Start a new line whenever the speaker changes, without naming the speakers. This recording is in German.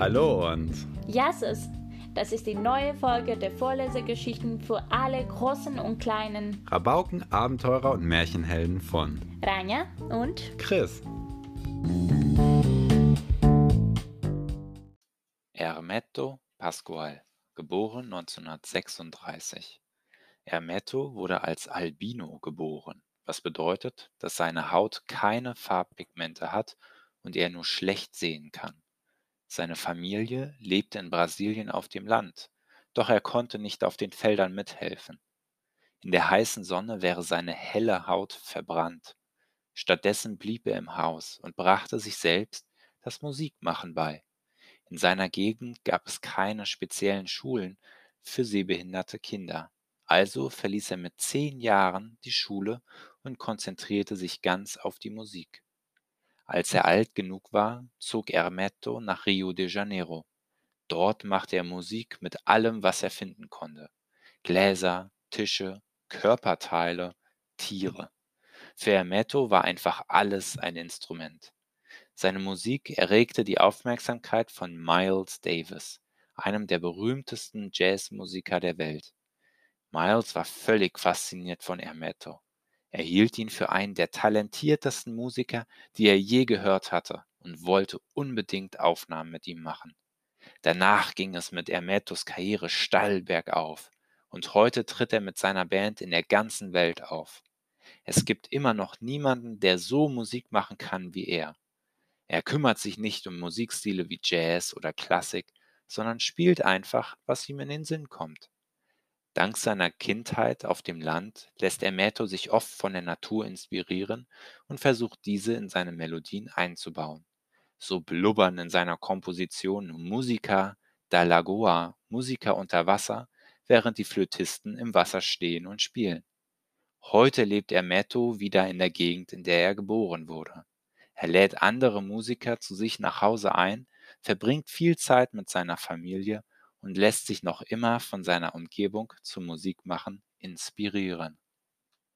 Hallo und
Jasses, das ist die neue Folge der Vorlesegeschichten für alle Großen und Kleinen.
Rabauken, Abenteurer und Märchenhelden von
Rania und
Chris.
Ernesto Pascual, geboren 1936. Ernesto wurde als Albino geboren, was bedeutet, dass seine Haut keine Farbpigmente hat und er nur schlecht sehen kann. Seine Familie lebte in Brasilien auf dem Land, doch er konnte nicht auf den Feldern mithelfen. In der heißen Sonne wäre seine helle Haut verbrannt. Stattdessen blieb er im Haus und brachte sich selbst das Musikmachen bei. In seiner Gegend gab es keine speziellen Schulen für sehbehinderte Kinder. Also verließ er mit 10 Jahren die Schule und konzentrierte sich ganz auf die Musik. Als er alt genug war, zog Ernesto nach Rio de Janeiro. Dort machte er Musik mit allem, was er finden konnte. Gläser, Tische, Körperteile, Tiere. Für Ernesto war einfach alles ein Instrument. Seine Musik erregte die Aufmerksamkeit von Miles Davis, einem der berühmtesten Jazzmusiker der Welt. Miles war völlig fasziniert von Ernesto. Er hielt ihn für einen der talentiertesten Musiker, die er je gehört hatte, und wollte unbedingt Aufnahmen mit ihm machen. Danach ging es mit Ernetos Karriere steil bergauf, und heute tritt er mit seiner Band in der ganzen Welt auf. Es gibt immer noch niemanden, der so Musik machen kann wie er. Er kümmert sich nicht um Musikstile wie Jazz oder Klassik, sondern spielt einfach, was ihm in den Sinn kommt. Dank seiner Kindheit auf dem Land lässt Ernesto sich oft von der Natur inspirieren und versucht diese in seine Melodien einzubauen. So blubbern in seiner Komposition Musica da Lagoa, Musiker unter Wasser, während die Flötisten im Wasser stehen und spielen. Heute lebt Ernesto wieder in der Gegend, in der er geboren wurde. Er lädt andere Musiker zu sich nach Hause ein, verbringt viel Zeit mit seiner Familie und lässt sich noch immer von seiner Umgebung zum Musikmachen inspirieren.